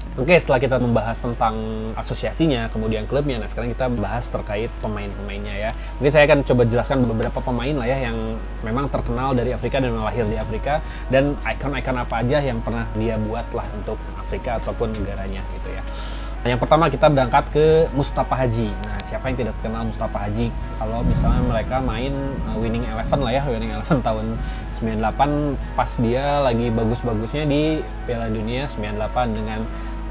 Oke, setelah kita membahas tentang asosiasinya, kemudian klubnya, nah sekarang kita bahas terkait pemain-pemainnya ya. Mungkin saya akan coba jelaskan beberapa pemain lah ya yang memang terkenal dari Afrika dan lahir di Afrika, dan ikon-ikon apa aja yang pernah dia buat lah untuk Afrika ataupun negaranya gitu ya. Yang pertama kita berangkat ke Mustafa Hadji. Nah, siapa yang tidak kenal Mustafa Hadji? Kalau misalnya mereka main Winning Eleven lah ya, Winning Eleven tahun 98 pas dia lagi bagus-bagusnya di Piala Dunia 98 dengan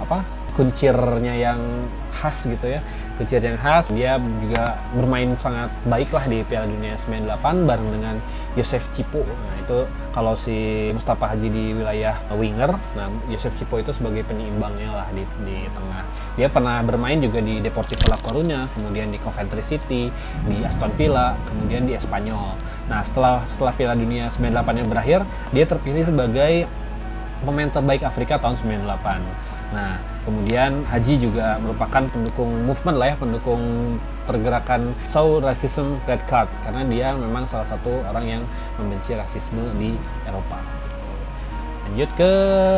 kuncirnya yang khas gitu ya, kuncir yang khas. Dia juga bermain sangat baik lah di Piala Dunia 98 bareng dengan Joseph Cipo. Nah itu kalau si Mustafa Hadji di wilayah winger, nah Joseph Cipo itu sebagai penyeimbangnya lah di tengah. Dia pernah bermain juga di Deportivo La Coruña, kemudian di Coventry City, di Aston Villa, kemudian di Espanyol. Nah setelah Piala Dunia 98 yang berakhir, dia terpilih sebagai pemain terbaik Afrika tahun 98. Nah, kemudian Hadji juga merupakan pendukung movement lah ya, pendukung pergerakan So Racism Red Card, karena dia memang salah satu orang yang membenci rasisme di Eropa. Lanjut ke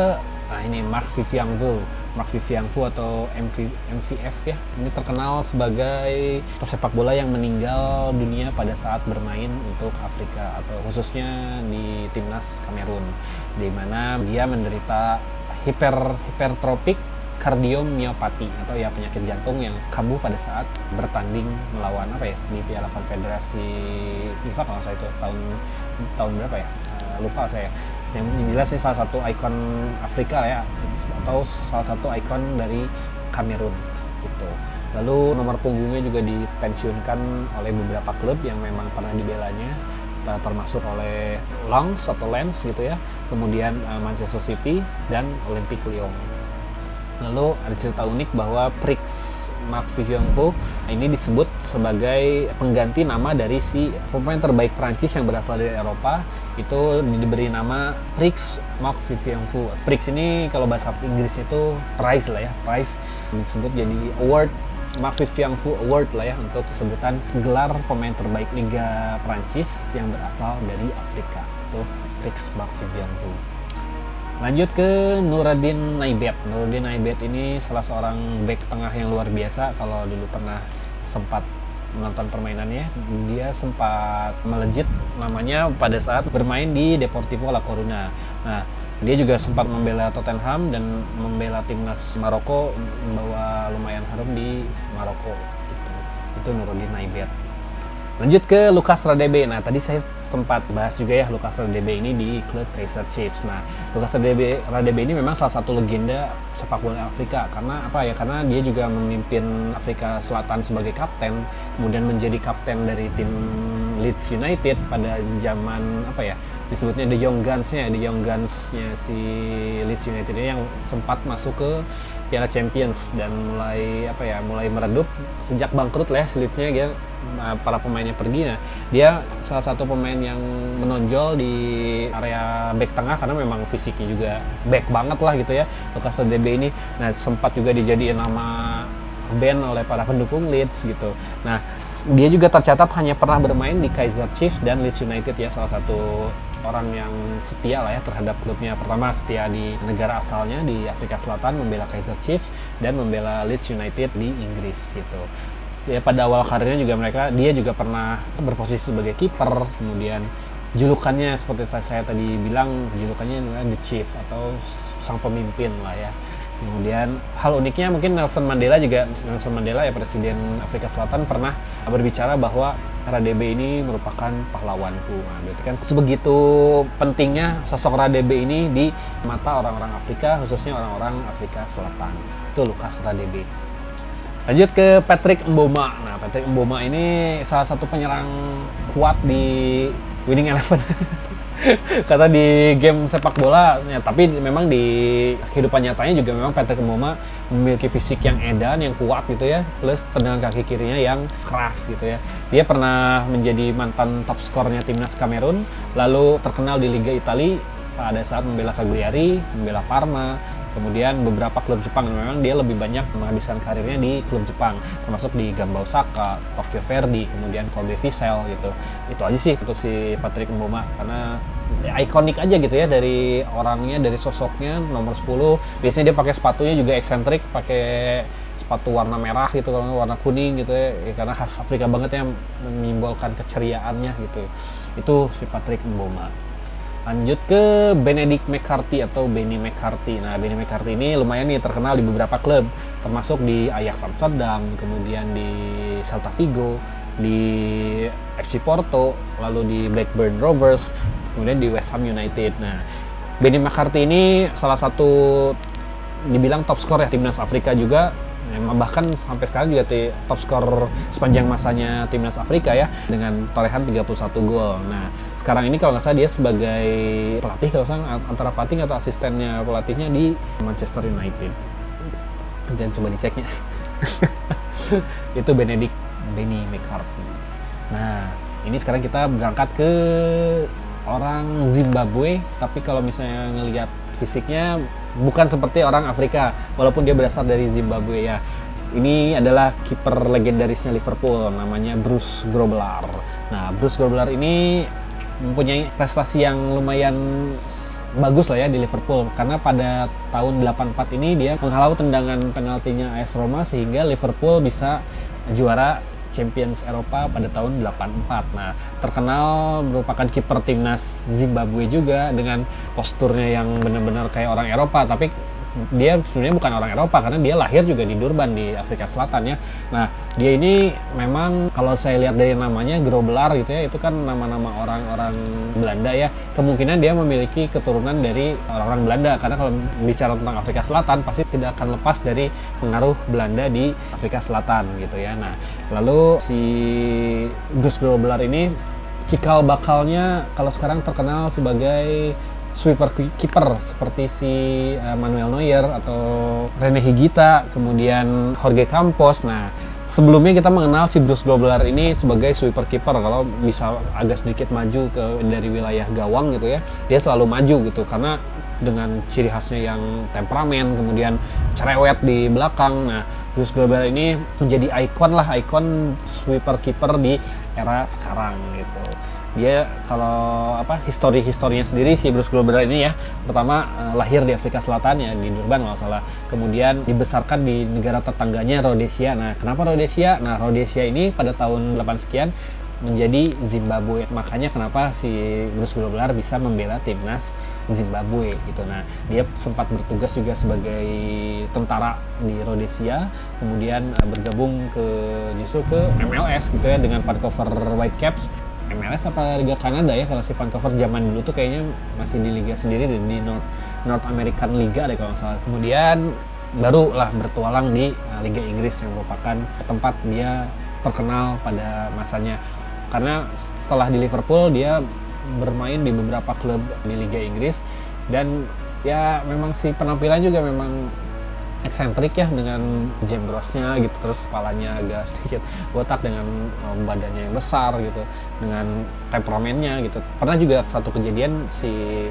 ini Marc Vivian Foe atau MVF ya. Ini terkenal sebagai pesepak bola yang meninggal dunia pada saat bermain untuk Afrika atau khususnya di timnas Kamerun, di mana dia menderita hipertropik kardiomyopati atau ya penyakit jantung yang kambuh pada saat bertanding melawan di Piala Konfederasi FIFA kalau saya itu tahun berapa ya, lupa saya. Yang jelas ini salah satu ikon Afrika ya, atau salah satu ikon dari Kamerun gitu. Lalu nomor punggungnya juga dipensiunkan oleh beberapa klub yang memang pernah dibelanya, termasuk oleh Lens gitu ya, kemudian Manchester City dan Olympique Lyon. Lalu ada cerita unik bahwa Prix Marc Vivian Foe ini disebut sebagai pengganti nama dari si pemain terbaik Prancis yang berasal dari Eropa, itu diberi nama Prix Marc Vivian Foe. Prix ini kalau bahasa Inggris itu prize lah ya, prize disebut jadi award, Marc Vivian Foe Award lah ya, untuk sebutan gelar pemain terbaik Liga Prancis yang berasal dari Afrika, itu Prix Marc Vivian Foe. Lanjut ke Noureddine Naibet. Noureddine Naibet ini salah seorang bek tengah yang luar biasa. Kalau dulu pernah sempat menonton permainannya, dia sempat melejit namanya pada saat bermain di Deportivo La Coruña. Nah, dia juga sempat membela Tottenham dan membela timnas Maroko, membawa lumayan harum di Maroko. Itu Noureddine Naibet. Lanjut ke Lucas Radebe. Nah, tadi saya sempat bahas juga ya Lucas Radebe ini di klub Kaizer Chiefs. Nah, Lucas Radebe ini memang salah satu legenda sepak bola Afrika. Karena karena dia juga memimpin Afrika Selatan sebagai kapten, kemudian menjadi kapten dari tim Leeds United pada zaman disebutnya The Young Guns-nya si Leeds United ini, yang sempat masuk ke Piala Champions dan mulai meredup sejak bangkrut lah ya Leeds-nya dia. Para pemainnya pergi. Nah, dia salah satu pemain yang menonjol di area back tengah karena memang fisiknya juga back banget lah gitu ya, Lucas Radebe ini. Nah, sempat juga dijadiin nama band oleh para pendukung Leeds gitu. Nah, dia juga tercatat hanya pernah bermain di Kaizer Chiefs dan Leeds United ya, salah satu orang yang setia lah ya terhadap klubnya. Pertama setia di negara asalnya di Afrika Selatan, membela Kaizer Chiefs, dan membela Leeds United di Inggris gitu. Ya, pada awal karirnya juga dia juga pernah berposisi sebagai kiper, kemudian julukannya seperti saya tadi bilang, julukannya adalah The Chief atau sang pemimpin lah ya. Kemudian hal uniknya mungkin Nelson Mandela ya, Presiden Afrika Selatan, pernah berbicara bahwa Radebe ini merupakan pahlawanku. Nah, berarti kan sebegitu pentingnya sosok Radebe ini di mata orang-orang Afrika, khususnya orang-orang Afrika Selatan. Itu Lucas Radebe. Lanjut ke Patrick Mboma. Nah, Patrick Mboma ini salah satu penyerang kuat di Winning Eleven. Kata di game sepak bola ya, tapi memang di kehidupan nyatanya juga memang Patrick Mboma memiliki fisik yang edan, yang kuat gitu ya, plus tendangan kaki kirinya yang keras gitu ya. Dia pernah menjadi mantan top skornya timnas Kamerun, lalu terkenal di Liga Italia pada saat membela Cagliari, membela Parma, kemudian beberapa klub Jepang. Memang dia lebih banyak menghabiskan karirnya di klub Jepang, termasuk di Gamba Osaka, Tokyo Verdy, kemudian Kobe Vissel gitu. Itu aja sih untuk si Patrick Mboma, karena ikonik aja gitu ya, dari orangnya, dari sosoknya. Nomor 10 biasanya dia pakai sepatunya juga eksentrik, pakai sepatu warna merah gitu, kalau warna kuning gitu ya, karena khas Afrika banget ya, menyimbolkan keceriaannya gitu. Itu si Patrick Mboma. Lanjut ke Benedict McCarthy atau Benny McCarthy. Nah, Benny McCarthy ini lumayan nih terkenal di beberapa klub, termasuk di Ajax Amsterdam, kemudian di Celta Vigo, di FC Porto, lalu di Blackburn Rovers, kemudian di West Ham United. Nah, Benny McCarthy ini salah satu dibilang top skor ya timnas Afrika juga. Bahkan sampai sekarang juga top skor sepanjang masanya timnas Afrika ya, dengan torehan 31 gol. Nah, sekarang ini kalau nggak salah dia sebagai pelatih, kalau salah antara pelatih atau asistennya pelatihnya di Manchester United. Dan coba diceknya. Itu Benny McCarthy. Nah, ini sekarang kita berangkat ke orang Zimbabwe, tapi kalau misalnya ngelihat fisiknya bukan seperti orang Afrika, walaupun dia berasal dari Zimbabwe ya. Ini adalah kiper legendarisnya Liverpool, namanya Bruce Grobbelaar. Nah, Bruce Grobbelaar ini mempunyai prestasi yang lumayan bagus lah ya di Liverpool, karena pada tahun 84 ini dia menghalau tendangan penaltinya AS Roma sehingga Liverpool bisa juara Champions Eropa pada tahun 84. Nah, terkenal merupakan kiper timnas Zimbabwe juga dengan posturnya yang benar-benar kayak orang Eropa, tapi dia sebenarnya bukan orang Eropa karena dia lahir juga di Durban di Afrika Selatan ya. Nah, dia ini memang kalau saya lihat dari namanya Grobbelaar gitu ya, itu kan nama-nama orang-orang Belanda ya. Kemungkinan dia memiliki keturunan dari orang-orang Belanda, karena kalau bicara tentang Afrika Selatan pasti tidak akan lepas dari pengaruh Belanda di Afrika Selatan gitu ya. Nah, lalu si Bruce Grobbelaar ini cikal bakalnya kalau sekarang terkenal sebagai sweeper kiper seperti si Manuel Neuer atau René Higuita, kemudian Jorge Campos. Nah, sebelumnya kita mengenal si Bruce Grobbelaar ini sebagai sweeper kiper. Kalau bisa agak sedikit maju dari wilayah gawang gitu ya, dia selalu maju gitu karena dengan ciri khasnya yang temperamen, kemudian cerewet di belakang. Nah, Bruce Grobbelaar ini menjadi ikon sweeper kiper di era sekarang gitu. Dia kalau historinya sendiri si Bruce Grobbelaar ini ya, pertama lahir di Afrika Selatan ya, di Durban kalau salah. Kemudian dibesarkan di negara tetangganya Rhodesia. Nah, kenapa Rhodesia? Nah, Rhodesia ini pada tahun 8 sekian menjadi Zimbabwe. Makanya kenapa si Bruce Grobbelaar bisa membela timnas Zimbabwe gitu. Nah, dia sempat bertugas juga sebagai tentara di Rhodesia, kemudian bergabung justru ke MLS gitu ya dengan Vancouver Whitecaps. MLS apa Liga Kanada ya, kalau si Vancouver zaman dulu tuh kayaknya masih di liga sendiri di North American Liga deh kalau nggak salah. Kemudian barulah bertualang di Liga Inggris yang merupakan tempat dia terkenal pada masanya, karena setelah di Liverpool dia bermain di beberapa klub di Liga Inggris, dan ya memang si penampilan juga memang eksentrik ya, dengan jembrosnya gitu, terus kepalanya agak sedikit botak dengan badannya yang besar gitu, dengan temperamennya gitu. Pernah juga satu kejadian si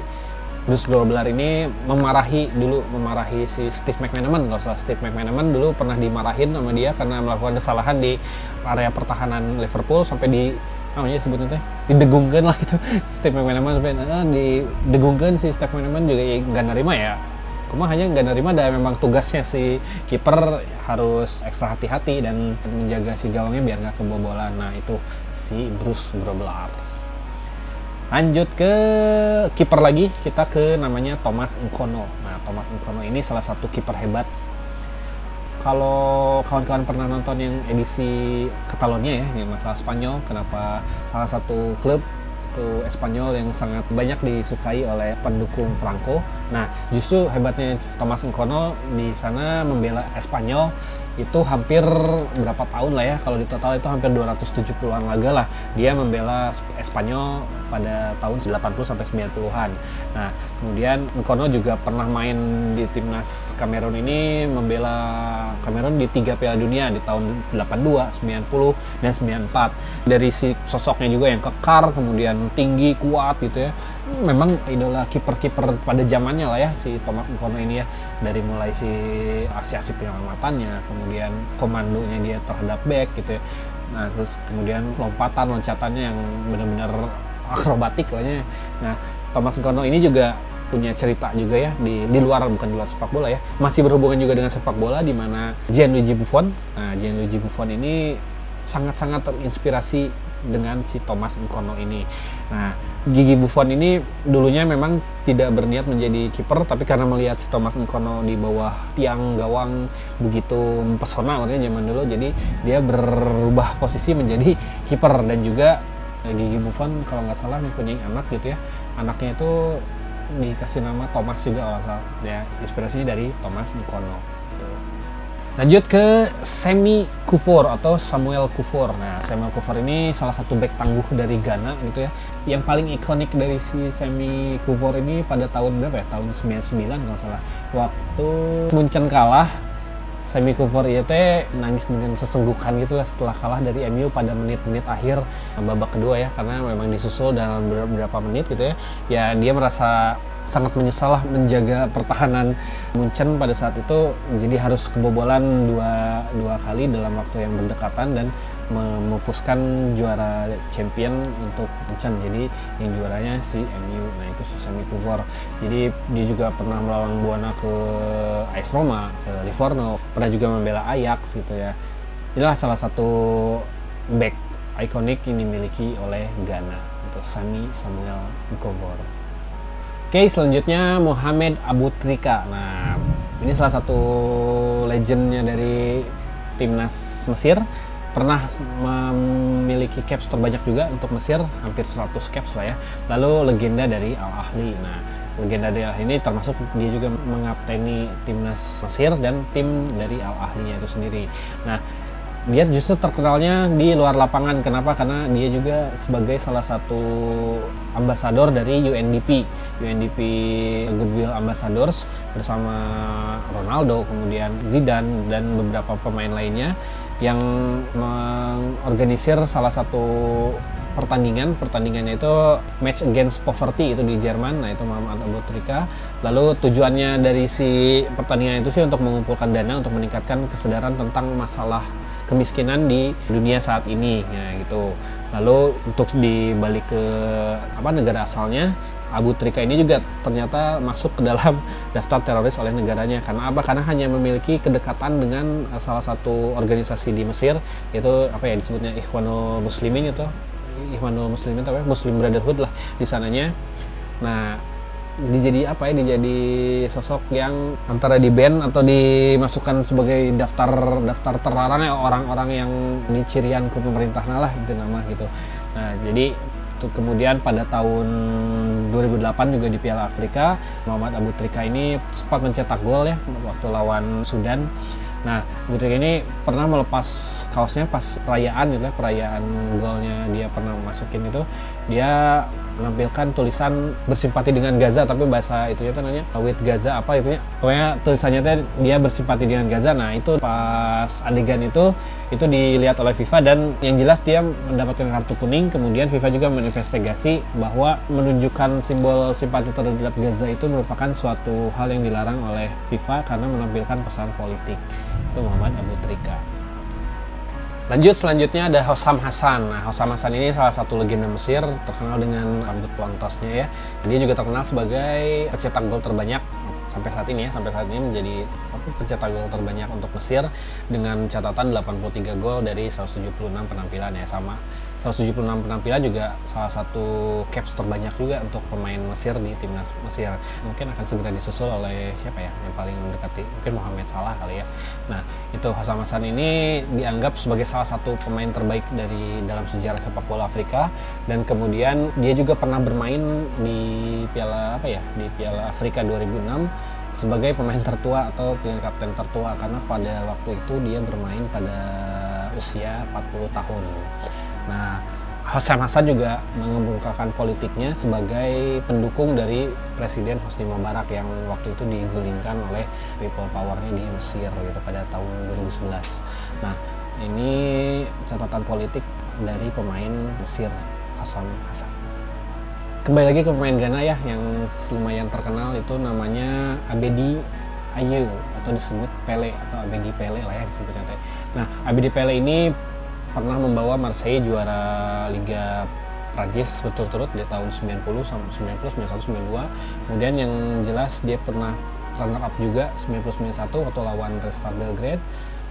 Bruce Grobbelaar ini memarahi si Steve McManaman. Kalau salah, Steve McManaman dulu pernah dimarahin sama dia karena melakukan kesalahan di area pertahanan Liverpool, sampai sebutnya didegungkan lah gitu. Steve McManaman sampai didegungkan, si Steve McManaman juga nggak nerima ya. Cuma hanya nggak nerima, dan memang tugasnya si kiper harus ekstra hati-hati dan menjaga si gawangnya biar nggak kebobolan. Nah, itu si Bruce Grobbelaar. Lanjut ke kiper lagi, kita ke namanya Thomas Nkono. Nah, Thomas Nkono ini salah satu kiper hebat. Kalau kawan-kawan pernah nonton yang edisi Catalonia ya, yang masalah Spanyol, kenapa salah satu klub itu Espanyol yang sangat banyak disukai oleh pendukung Franco. Nah, justru hebatnya Thomas Nkono di sana membela Espanyol itu hampir berapa tahun lah ya, kalau di total itu hampir 270-an laga lah dia membela Espanyol pada tahun 80 sampai 90-an. Nah, kemudian Nkono juga pernah main di timnas Kamerun ini, membela Kamerun di 3 Piala Dunia di tahun 82, 90, dan 94. Dari si sosoknya juga yang kekar, kemudian tinggi, kuat gitu ya, memang idola kiper-kiper pada zamannya lah ya si Thomas Nkono ini ya, dari mulai si aksi-aksi penyelamatannya, kemudian komandonya dia terhadap back gitu ya. Nah terus kemudian loncatannya yang benar-benar akrobatik lah ya. Nah Thomas Nkono ini juga punya cerita juga ya di luar, bukan di luar sepak bola ya, masih berhubungan juga dengan sepak bola, di mana Gianluigi Buffon. Nah Gianluigi Buffon ini sangat-sangat terinspirasi dengan si Thomas Nkono ini. Nah Gigi Buffon ini dulunya memang tidak berniat menjadi kiper, tapi karena melihat si Thomas Nkono di bawah tiang gawang begitu mempesona makanya zaman dulu, jadi dia berubah posisi menjadi kiper. Dan juga Gigi Buffon kalau nggak salah mempunyai anak gitu ya, anaknya itu dikasih nama Thomas juga asal ya, inspirasinya dari Thomas Nkono. Lanjut ke Semi Kufuor atau Samuel Kufuor. Nah Samuel Kufuor ini salah satu bek tangguh dari Ghana gitu ya. Yang paling ikonik dari si Semi Kufuor ini pada tahun berapa ya, tahun 99 kalau salah, waktu Munchen kalah, Semi Kufuor itu nangis dengan sesenggukan gitu lah setelah kalah dari MU pada menit-menit akhir babak kedua ya, karena memang disusul dalam beberapa menit gitu ya. Ya dia merasa sangat menyesal lah menjaga pertahanan Munchen pada saat itu, jadi harus kebobolan dua kali dalam waktu yang berdekatan dan memupuskan juara champion untuk Munchen. Jadi yang juaranya si MU, nah itu si Semi Kufuor. Jadi dia juga pernah melawan Buana ke AS Roma, ke Livorno, pernah juga membela Ajax gitu ya. Inilah salah satu back ikonik yang dimiliki oleh Ghana, untuk Samuel Kufuor. Oke, selanjutnya Mohamed Aboutrika. Nah, ini salah satu legendnya dari timnas Mesir. Pernah memiliki caps terbanyak juga untuk Mesir, hampir 100 caps lah ya. Lalu legenda dari Al Ahly. Nah, legenda dari Al Ahly ini termasuk dia juga mengapteni timnas Mesir dan tim dari Al Ahly-nya itu sendiri. Nah, dia justru terkenalnya di luar lapangan. Kenapa? Karena dia juga sebagai salah satu ambasador dari UNDP Goodwill Ambassadors bersama Ronaldo, kemudian Zidane dan beberapa pemain lainnya yang mengorganisir salah satu pertandingannya itu Match Against Poverty itu di Jerman. Nah itu Mohamed Aboutrika. Lalu tujuannya dari si pertandingan itu sih untuk mengumpulkan dana untuk meningkatkan kesadaran tentang masalah kemiskinan di dunia saat ini ya gitu. Lalu untuk dibalik ke negara asalnya, Aboutrika ini juga ternyata masuk ke dalam daftar teroris oleh negaranya. Karena apa? Karena hanya memiliki kedekatan dengan salah satu organisasi di Mesir, yaitu disebutnya Ikhwanul Muslimin atau Muslim Brotherhood lah di sananya. Nah, dijadi sosok yang antara di ban atau dimasukkan sebagai daftar terlarang ya, orang-orang yang dicirian ke pemerintah lah itu nama gitu. Nah, jadi kemudian pada tahun 2008 juga di Piala Afrika, Mohamed Aboutrika ini sempat mencetak gol ya waktu lawan Sudan. Nah, Aboutrika ini pernah melepas kaosnya pas perayaan gitu ya, perayaan golnya dia pernah masukin itu, dia menampilkan tulisan bersimpati dengan Gaza, tapi bahasa itunya tuh namanya with Gaza pokoknya tulisannya tuh dia bersimpati dengan Gaza. Nah itu pas adegan itu dilihat oleh FIFA dan yang jelas dia mendapatkan kartu kuning. Kemudian FIFA juga menginvestigasi bahwa menunjukkan simbol simpati terhadap Gaza itu merupakan suatu hal yang dilarang oleh FIFA karena menampilkan pesan politik. Itu Mohamed Aboutrika. Lanjut, selanjutnya ada Hossam Hassan. Nah, Hossam Hassan ini salah satu legenda Mesir, terkenal dengan rambut pontosnya ya. Dia juga terkenal sebagai pencetak gol terbanyak sampai saat ini menjadi pencetak gol terbanyak untuk Mesir dengan catatan 83 gol dari 176 penampilan ya. Sama 176 penampilan juga salah satu caps terbanyak juga untuk pemain Mesir di timnas Mesir. Mungkin akan segera disusul oleh siapa ya yang paling mendekati, mungkin Mohamed Salah kali ya. Nah itu Hossam Hassan ini dianggap sebagai salah satu pemain terbaik dari dalam sejarah sepak bola Afrika, dan kemudian dia juga pernah bermain di Piala Afrika 2006 sebagai pemain tertua atau pilihan kapten tertua, karena pada waktu itu dia bermain pada usia 40 tahun. Nah, Hossam Hassan juga mengemukakan politiknya sebagai pendukung dari Presiden Hosni Mubarak yang waktu itu digulingkan oleh people power-nya di Mesir gitu pada tahun 2011. Nah, ini catatan politik dari pemain Mesir Hossam Hassan. Kembali lagi ke pemain Ghana ya yang lumayan terkenal, itu namanya Abedi Ayew atau disebut Pele atau Abedi Pele lah ya disebutnya. Nah, Abedi Pele ini pernah membawa Marseille juara Liga Prancis berturut-turut di tahun 90 sampai 90, 91, 92. Kemudian yang jelas dia pernah runner up juga 90-91 waktu lawan Red Star Belgrade.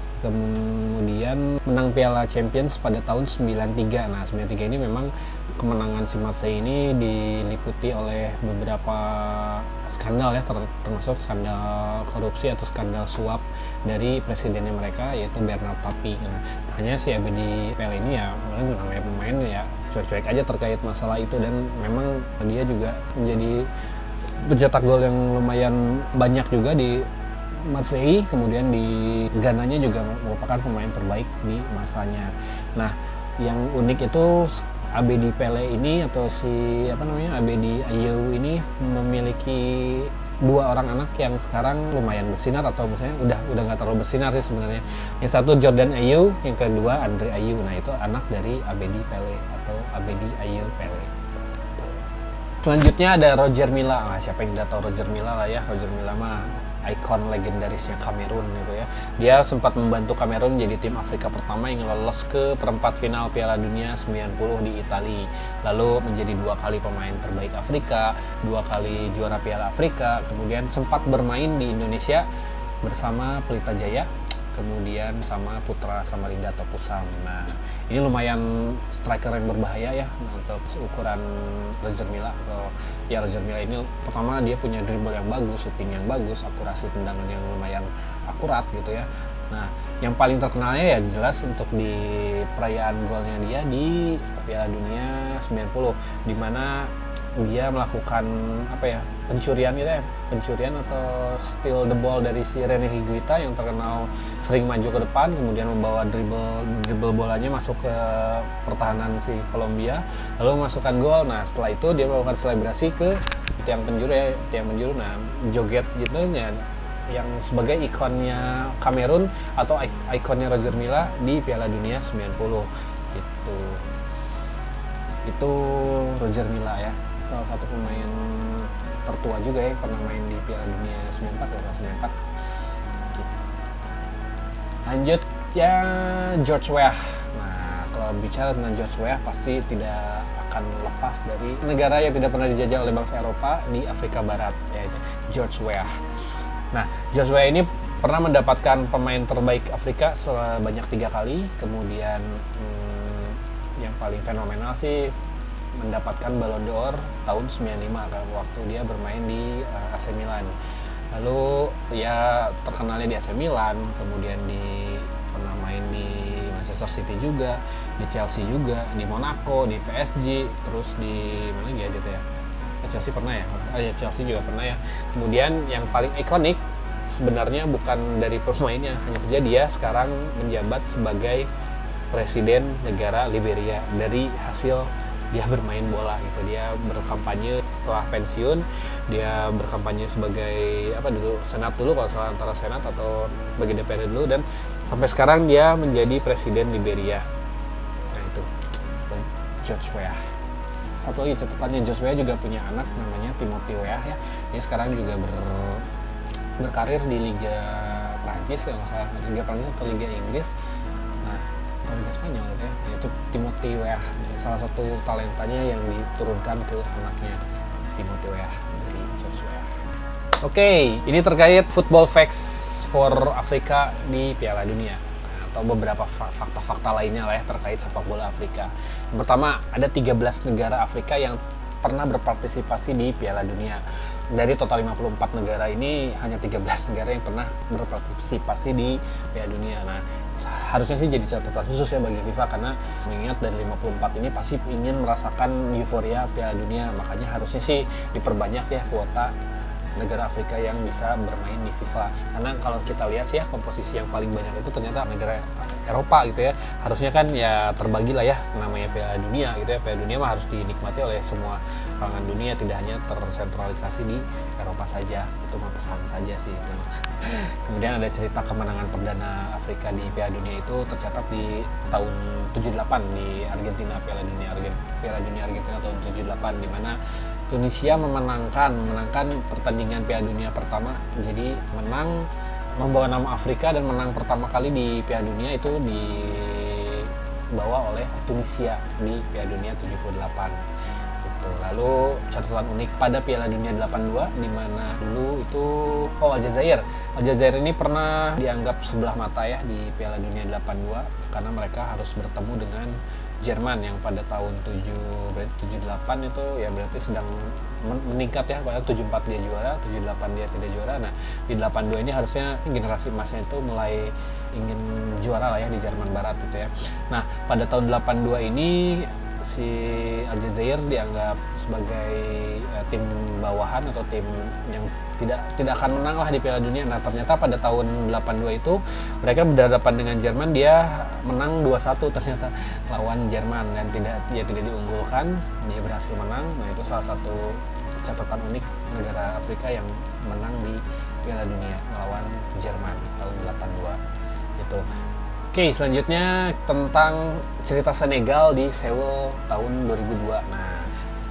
Kemudian menang Piala Champions pada tahun 93. Nah, 93 ini memang kemenangan si Marseille ini diliputi oleh beberapa skandal ya, termasuk skandal korupsi atau skandal suap dari presidennya mereka, yaitu Bernard Tapie. Nah, hanya si Abedi Pele ini ya namanya pemain ya cuek-cuek aja terkait masalah itu, dan memang dia juga menjadi pencetak gol yang lumayan banyak juga di Marseille, kemudian di Ghananya juga merupakan pemain terbaik di masanya. Nah, yang unik itu Abedi Pele ini atau si Abedi Ayew ini memiliki 2 orang anak yang sekarang lumayan bersinar, atau misalnya udah nggak terlalu bersinar sih sebenarnya. Yang satu Jordan Ayew, yang kedua Andre Ayew. Nah, itu anak dari Abedi Pele atau Abedi Ayew Pele. Selanjutnya ada Roger Milla. Nah, siapa yang nggak tahu Roger Milla lah ya. Roger Milla mah ikon legendarisnya Kamerun gitu ya. Dia sempat membantu Kamerun jadi tim Afrika pertama yang lolos ke perempat final Piala Dunia 90 di Italia. Lalu menjadi 2 kali pemain terbaik Afrika, 2 kali juara Piala Afrika, kemudian sempat bermain di Indonesia bersama Pelita Jaya, kemudian sama Putra Samarinda atau Pusam. Nah, ini lumayan striker yang berbahaya ya. Nah, untuk ukuran Roger Milla atau ya Roger Milla ini pertama dia punya dribble yang bagus, shooting yang bagus, akurasi tendangan yang lumayan akurat gitu ya. Nah, yang paling terkenalnya ya jelas untuk di perayaan golnya dia di Piala Dunia 90, di mana dia melakukan pencurian gitu ya, pencurian atau steal the ball dari si René Higuita yang terkenal sering maju ke depan, kemudian membawa dribble bolanya masuk ke pertahanan si Kolombia, lalu masukkan gol. Nah, setelah itu dia melakukan selebrasi ke tiang penjuru. Nah, joget gitu ya, yang sebagai ikonnya Kamerun atau ikonnya Roger Milla di Piala Dunia 90 gitu. Itu Roger Milla ya, salah satu pemain tertua juga ya, pernah main di Piala Dunia 94 gitu. Lanjut ya George Weah. Nah, kalau bicara tentang George Weah pasti tidak akan lepas dari negara yang tidak pernah dijajah oleh bangsa Eropa di Afrika Barat, yaitu George Weah. Nah, George Weah ini pernah mendapatkan pemain terbaik Afrika sebanyak 3 kali, kemudian yang paling fenomenal sih mendapatkan Ballon d'Or tahun 95 kan, waktu dia bermain di AC Milan. Lalu ya terkenalnya di AC Milan, kemudian pernah main di Manchester City juga, di Chelsea juga, di Monaco, di PSG, terus di mana lagi gitu ya. Chelsea pernah ya? Ya Chelsea juga pernah ya. Kemudian yang paling ikonik sebenarnya bukan dari pemainnya, hanya saja dia sekarang menjabat sebagai presiden negara Liberia dari hasil dia bermain bola gitu. Dia berkampanye setelah pensiun, dia berkampanye sebagai senat dulu kalau salah, antara senat atau bagi DPR dulu, dan sampai sekarang dia menjadi presiden Liberia. Nah, itu George Weah. Satu lagi catatannya, George Weah juga punya anak namanya Timothy Weah ya. Dia sekarang juga berkarir di Liga Prancis kalau salah, Liga Prancis atau Liga Inggris. Nah, atau Liga Spanyol gitu ya. Itu Timothy Weah, salah satu talentanya yang diturunkan ke anaknya Timothy Weah dari George Weah. Oke, ini terkait football facts for Afrika di Piala Dunia, atau beberapa fakta-fakta lainnya lah ya terkait sepak bola Afrika. Yang pertama, ada 13 negara Afrika yang pernah berpartisipasi di Piala Dunia. Dari total 54 negara ini, hanya 13 negara yang pernah berpartisipasi di Piala Dunia. Nah, harusnya sih jadi catatan khusus ya bagi FIFA, karena mengingat dari 54 ini pasti ingin merasakan euforia Piala Dunia, makanya harusnya sih diperbanyak ya kuota negara Afrika yang bisa bermain di FIFA. Karena kalau kita lihat sih ya, komposisi yang paling banyak itu ternyata negara Eropa gitu ya. Harusnya kan ya terbagi lah ya, namanya Piala Dunia gitu ya. Piala Dunia mah harus dinikmati oleh semua kalangan dunia, tidak hanya tersentralisasi di Eropa saja. Itu mah pesan saja sih. Kemudian ada cerita kemenangan perdana Afrika di Piala Dunia itu tercatat di tahun 78 di Argentina, Piala Dunia Argentina tahun 78, di mana Tunisia menangkan pertandingan Piala Dunia pertama. Jadi membawa nama Afrika dan menang pertama kali di Piala Dunia itu dibawa oleh Tunisia di Piala Dunia 78. Gitu. Lalu catatan unik pada Piala Dunia 82 di mana dulu itu Aljazair ini pernah dianggap sebelah mata ya di Piala Dunia 82 karena mereka harus bertemu dengan Jerman yang pada tahun 78 itu ya berarti sedang meningkat ya, pada 74 dia juara, 78 dia tidak juara. Nah, di 82 ini harusnya generasi emasnya itu mulai ingin juara lah ya di Jerman Barat gitu ya. Nah, pada tahun 82 ini si Aljazair dianggap sebagai tim bawahan atau tim yang tidak akan menang lah di Piala Dunia. Nah, ternyata pada tahun 82 itu mereka berhadapan dengan Jerman, dia menang 2-1 ternyata lawan Jerman dan tidak diunggulkan, dia berhasil menang. Nah, itu salah satu catatan unik negara Afrika yang menang di Piala Dunia melawan Jerman tahun 82 itu. Oke, selanjutnya tentang cerita Senegal di Seoul tahun 2002. Nah,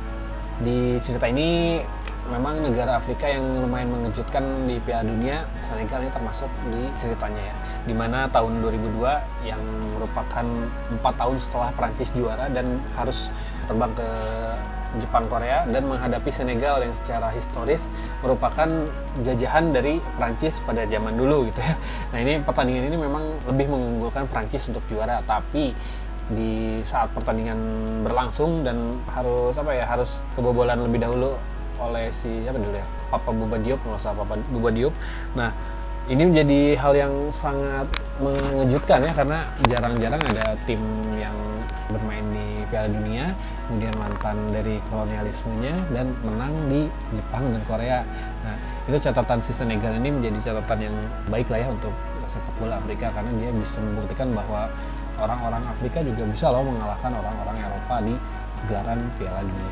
di cerita ini memang negara Afrika yang lumayan mengejutkan di Piala Dunia, Senegal ini termasuk di ceritanya ya. Dimana tahun 2002 yang merupakan 4 tahun setelah Prancis juara dan harus terbang ke Jepang Korea dan menghadapi Senegal yang secara historis merupakan jajahan dari Prancis pada zaman dulu gitu ya. Nah, ini pertandingan ini memang lebih mengunggulkan Prancis untuk juara, tapi di saat pertandingan berlangsung dan harus kebobolan lebih dahulu oleh siapa dulu ya, Papa Bouba Diop, Papa Bouba Diop. Nah, ini menjadi hal yang sangat mengejutkan ya, karena jarang-jarang ada tim yang bermain di Piala Dunia kemudian mantan dari kolonialismenya dan menang di Jepang dan Korea. Nah, itu catatan si Senegal ini menjadi catatan yang baik lah ya untuk sepak bola Afrika, karena dia bisa membuktikan bahwa orang-orang Afrika juga bisa loh mengalahkan orang-orang Eropa di gelaran Piala Dunia.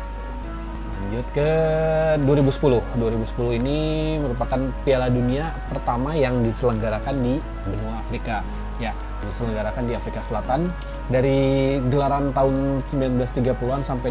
Lanjut ke 2010. 2010 ini merupakan Piala Dunia pertama yang diselenggarakan di benua Afrika. Ya, diselenggarakan di Afrika Selatan. Dari gelaran tahun 1930-an sampai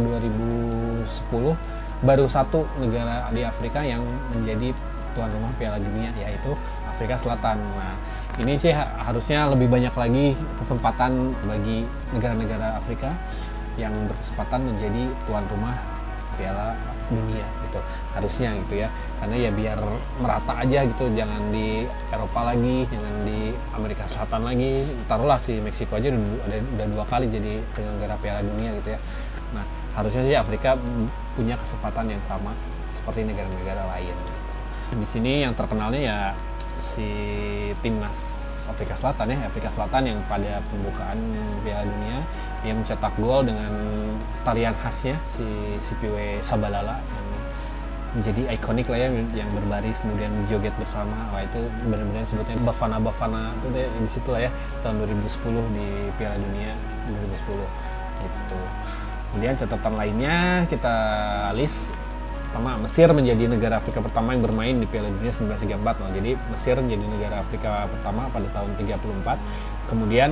2010, baru satu negara di Afrika yang menjadi tuan rumah Piala Dunia, yaitu Afrika Selatan. Nah, ini sih harusnya lebih banyak lagi kesempatan bagi negara-negara Afrika yang berkesempatan menjadi tuan rumah Piala Dunia gitu, harusnya gitu ya, karena ya biar merata aja gitu, jangan di Eropa lagi, jangan di Amerika Selatan lagi. Taruhlah si Meksiko aja udah 2 kali jadi penyelenggara Piala Dunia gitu ya. Nah, harusnya sih Afrika punya kesempatan yang sama seperti negara-negara lain. Di sini yang terkenalnya ya si timnas Afrika Selatan ya, Afrika Selatan yang pada pembukaan Piala Dunia yang mencetak gol dengan tarian khasnya si Sipiwe Shabalala yang menjadi ikonik lah ya, yang berbaris kemudian joget bersama. Wah, itu benar-benar sebutnya Bafana itu deh, di situ lah ya, tahun 2010 di Piala Dunia 2010 gitu. Kemudian catatan lainnya kita list. Pertama, Mesir menjadi negara Afrika pertama yang bermain di Piala Dunia 1934. Nah, jadi Mesir menjadi negara Afrika pertama pada tahun 34. Kemudian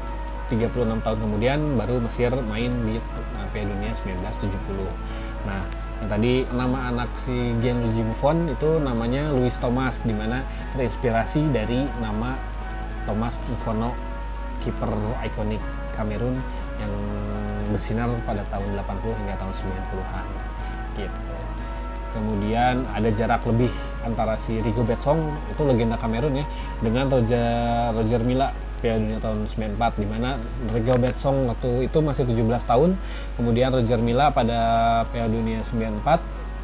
36 tahun kemudian baru Mesir main di Piala Dunia 1970. Nah, yang tadi nama anak si Gianluigi Buffon itu namanya Luis Thomas, di mana terinspirasi dari nama Thomas Nkono, kiper ikonik Kamerun yang bersinar pada tahun 80 hingga tahun 90-an gitu. Kemudian ada jarak lebih antara si Rigobert Song, itu legenda Kamerun ya, dengan Roger Milla Piala Dunia tahun 94, di mana Rigobert Song waktu itu masih 17 tahun, kemudian Roger Milla pada Piala Dunia 94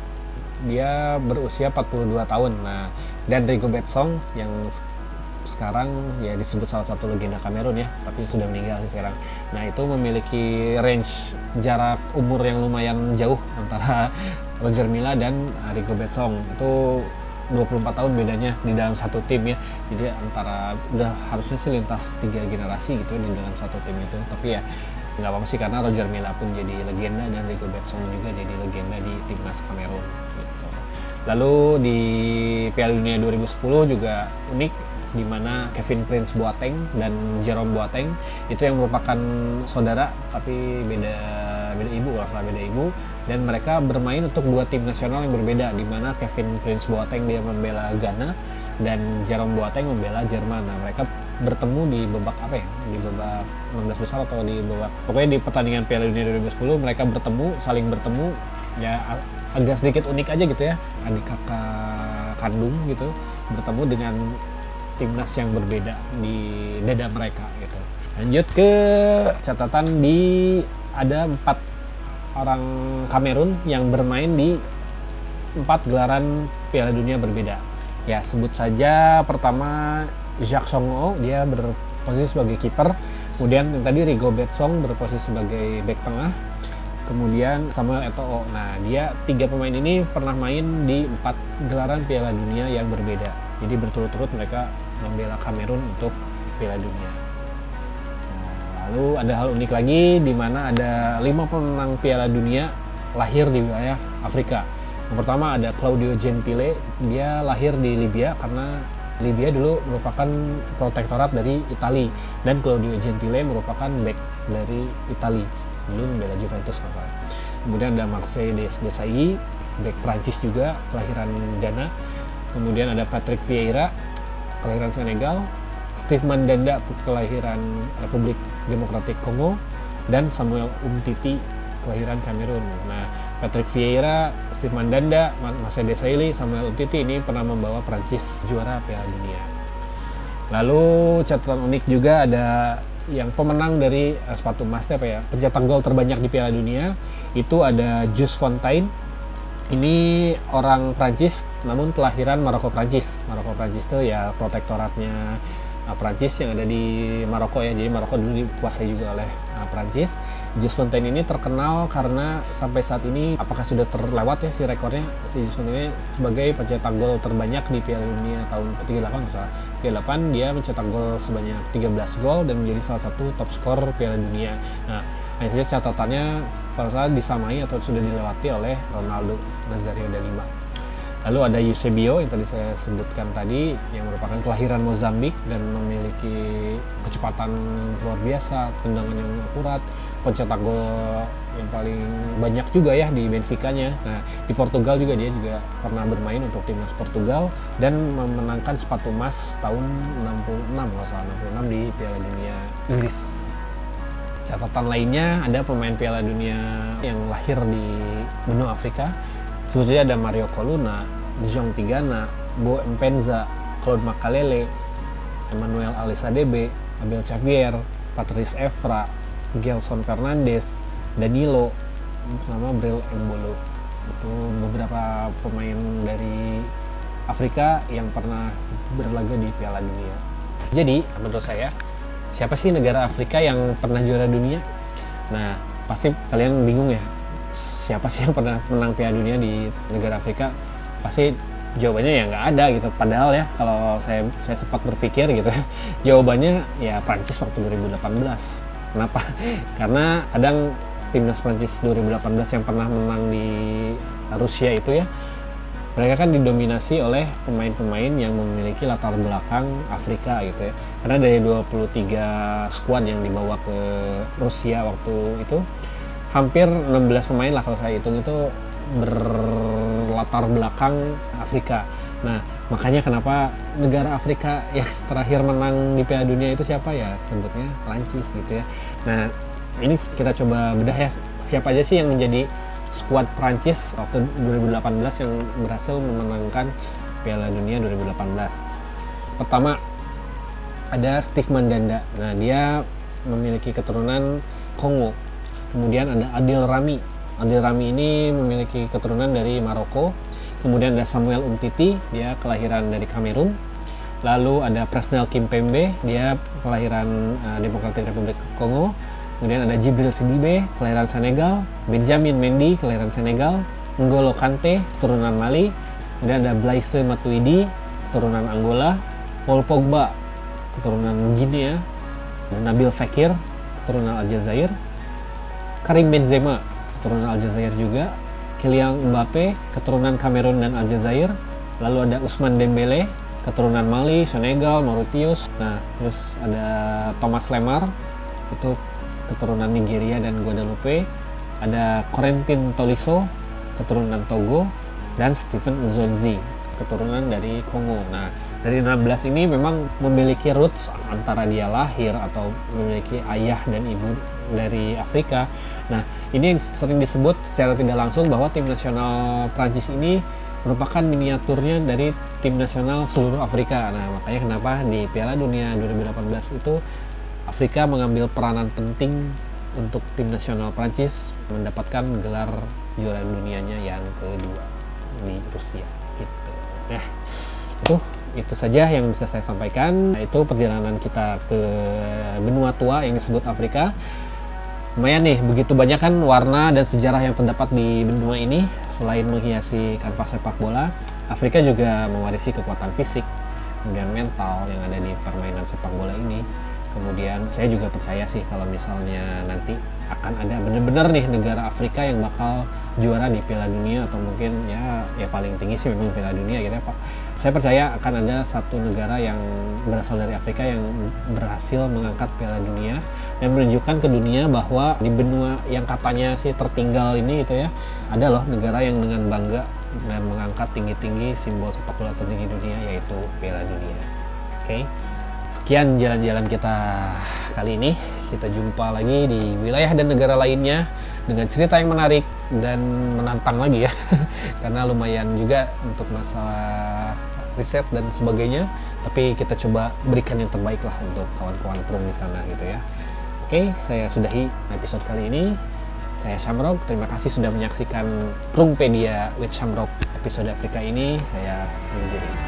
dia berusia 42 tahun. Nah, dan Rigobert Song yang sekarang ya disebut salah satu legenda Kamerun ya, tapi sudah meninggal sih sekarang. Nah, itu memiliki range jarak umur yang lumayan jauh antara Roger Milla dan Rigobert Song. Itu 24 tahun bedanya di dalam satu tim ya. Jadi antara udah harusnya sih lintas 3 generasi gitu di dalam satu tim itu. Tapi ya nggak apa-apa sih, karena Roger Milla pun jadi legenda dan Rigobert Song juga jadi legenda di timnas Kamerun gitu. Lalu di Piala Dunia 2010 juga unik, di mana Kevin Prince Boateng dan Jerome Boateng itu yang merupakan saudara tapi beda ibu, kalau salah beda ibu, dan mereka bermain untuk dua tim nasional yang berbeda, di mana Kevin Prince Boateng dia membela Ghana dan Jerome Boateng membela Jerman. Nah, mereka bertemu di babak di babak 16 besar atau di babak, pokoknya di pertandingan Piala Dunia 2010 mereka saling bertemu ya, agak sedikit unik aja gitu ya, adik kakak kandung gitu bertemu dengan timnas yang berbeda di dada mereka gitu. Lanjut ke catatan, ada 4 orang Kamerun yang bermain di 4 gelaran Piala Dunia berbeda. Ya, sebut saja pertama Jacques Songo, dia berposisi sebagai kiper. Kemudian yang tadi Rigobert Song berposisi sebagai bek tengah. Kemudian Samuel Eto'o. Nah, dia 3 pemain ini pernah main di 4 gelaran Piala Dunia yang berbeda. Jadi berturut-turut mereka membela Kamerun untuk Piala Dunia. Nah, lalu ada hal unik lagi, di mana ada 5 pemenang Piala Dunia lahir di wilayah Afrika. Yang pertama ada Claudio Gentile, dia lahir di Libya karena Libya dulu merupakan protektorat dari Italia, dan Claudio Gentile merupakan bek dari Italia, dulu membela Juventus kan. Kemudian ada Marseille Desailly, bek Prancis juga, kelahiran Ghana. Kemudian ada Patrick Vieira, kelahiran Senegal, Steve Mandanda, kelahiran Republik Demokratik Kongo, dan Samuel Umtiti, kelahiran Kamerun. Nah, Patrick Vieira, Steve Mandanda, Marseille Desailly, Samuel Umtiti ini pernah membawa Prancis juara Piala Dunia. Lalu catatan unik juga ada yang pemenang dari sepatu emas, pencetak gol terbanyak di Piala Dunia, itu ada Jules Fontaine. Ini orang Prancis namun kelahiran Maroko Prancis. Maroko Prancis itu ya protektoratnya Prancis yang ada di Maroko ya. Jadi Maroko dulu dikuasai juga oleh Prancis. Jules Fontaine ini terkenal karena sampai saat ini, apakah sudah terlewat ya si rekornya, si Jules Fontaine sebagai pencetak gol terbanyak di Piala Dunia tahun 38 dia mencetak gol sebanyak 13 gol dan menjadi salah satu top skor Piala Dunia. Nah, hanya saja catatannya kalau salah disamai atau sudah dilewati oleh Ronaldo Nazario da Lima. Lalu ada Eusebio yang tadi saya sebutkan tadi, yang merupakan kelahiran Mozambik dan memiliki kecepatan luar biasa, tendangan yang akurat, pencetak gol yang paling banyak juga ya di Benfica-nya. Nah, di Portugal juga dia juga pernah bermain untuk timnas Portugal dan memenangkan sepatu emas tahun 66 kalau salah, 66 di Piala Dunia Inggris. Catatan lainnya ada pemain Piala Dunia yang lahir di benua Afrika. Sebetulnya ada Mario Coluna, Jean Tigana, Bo Mpenza, Claude Makalele, Emmanuel Alisadebe, Abel Xavier, Patrice Evra, Gelson Fernandes, Danilo, sama Bril Embolo. Itu beberapa pemain dari Afrika yang pernah berlaga di Piala Dunia. Jadi menurut saya, siapa sih negara Afrika yang pernah juara dunia? Nah, pasti kalian bingung ya, siapa sih yang pernah menang Piala Dunia di negara Afrika? Pasti jawabannya ya nggak ada gitu. Padahal ya kalau saya sempat berpikir gitu, jawabannya ya Prancis waktu 2018. Kenapa? Karena kadang timnas Prancis 2018 yang pernah menang di Rusia itu ya, mereka kan didominasi oleh pemain-pemain yang memiliki latar belakang Afrika gitu ya. Karena dari 23 skuad yang dibawa ke Rusia waktu itu, hampir 16 pemain lah kalau saya hitung itu berlatar belakang Afrika. Nah, makanya kenapa negara Afrika yang terakhir menang di Piala Dunia itu siapa ya? Sebutnya Prancis gitu ya. Nah, ini kita coba bedah ya, siapa aja sih yang menjadi skuad Prancis waktu 2018 yang berhasil memenangkan Piala Dunia 2018. Pertama ada Steve Mandanda. Nah, dia memiliki keturunan Kongo. Kemudian ada Adil Rami. Adil Rami ini memiliki keturunan dari Maroko. Kemudian ada Samuel Umtiti, dia kelahiran dari Kamerun. Lalu ada Presnel Kimpembe, dia kelahiran Demokratik Republik Kongo. Kemudian ada Djibril Sidibe, kelahiran Senegal. Benjamin Mendy, kelahiran Senegal. N'Golo Kante, keturunan Mali. Kemudian ada Blaise Matuidi, keturunan Angola. Paul Pogba, keturunan Guinea. Dan Nabil Fekir, keturunan Aljazair. Karim Benzema, keturunan Aljazair juga. Kylian Mbappe, keturunan Kamerun dan Aljazair. Lalu ada Ousmane Dembele, keturunan Mali, Senegal, Mauritius. Nah, terus ada Thomas Lemar, itu keturunan Nigeria dan Guadeloupe. Ada Corentin Tolisso, keturunan Togo, dan Stephen Nzonzi, keturunan dari Kongo. Nah, dari 16 ini memang memiliki roots antara dia lahir atau memiliki ayah dan ibu dari Afrika. Nah, ini yang sering disebut secara tidak langsung bahwa tim nasional Prancis ini merupakan miniaturnya dari tim nasional seluruh Afrika. Nah, makanya kenapa di Piala Dunia 2018 itu Afrika mengambil peranan penting untuk tim nasional Prancis mendapatkan gelar juara dunianya yang kedua di Rusia gitu. Nah, itu saja yang bisa saya sampaikan. Itu perjalanan kita ke benua tua yang disebut Afrika. Lumayan nih, begitu banyak kan warna dan sejarah yang terdapat di benua ini. Selain menghiasi kanvas sepak bola, Afrika juga mewarisi kekuatan fisik, kemudian mental yang ada di permainan sepak bola ini. Kemudian saya juga percaya sih kalau misalnya nanti akan ada benar-benar nih negara Afrika yang bakal juara di Piala Dunia, atau mungkin ya paling tinggi sih memang Piala Dunia gitu ya Pak. Saya percaya akan ada satu negara yang berasal dari Afrika yang berhasil mengangkat Piala Dunia dan menunjukkan ke dunia bahwa di benua yang katanya sih tertinggal ini gitu ya, ada loh negara yang dengan bangga dan mengangkat tinggi-tinggi simbol sepak bola tertinggi dunia, yaitu Piala Dunia. Oke. Sekian jalan-jalan kita kali ini. Kita jumpa lagi di wilayah dan negara lainnya dengan cerita yang menarik dan menantang lagi ya. Karena lumayan juga untuk masalah riset dan sebagainya. Tapi kita coba berikan yang terbaik lah untuk kawan-kawan prung di sana gitu ya. Oke, saya sudahi episode kali ini. Saya Shamrock, terima kasih sudah menyaksikan Prungpedia with Shamrock episode Afrika ini. Saya undur diri.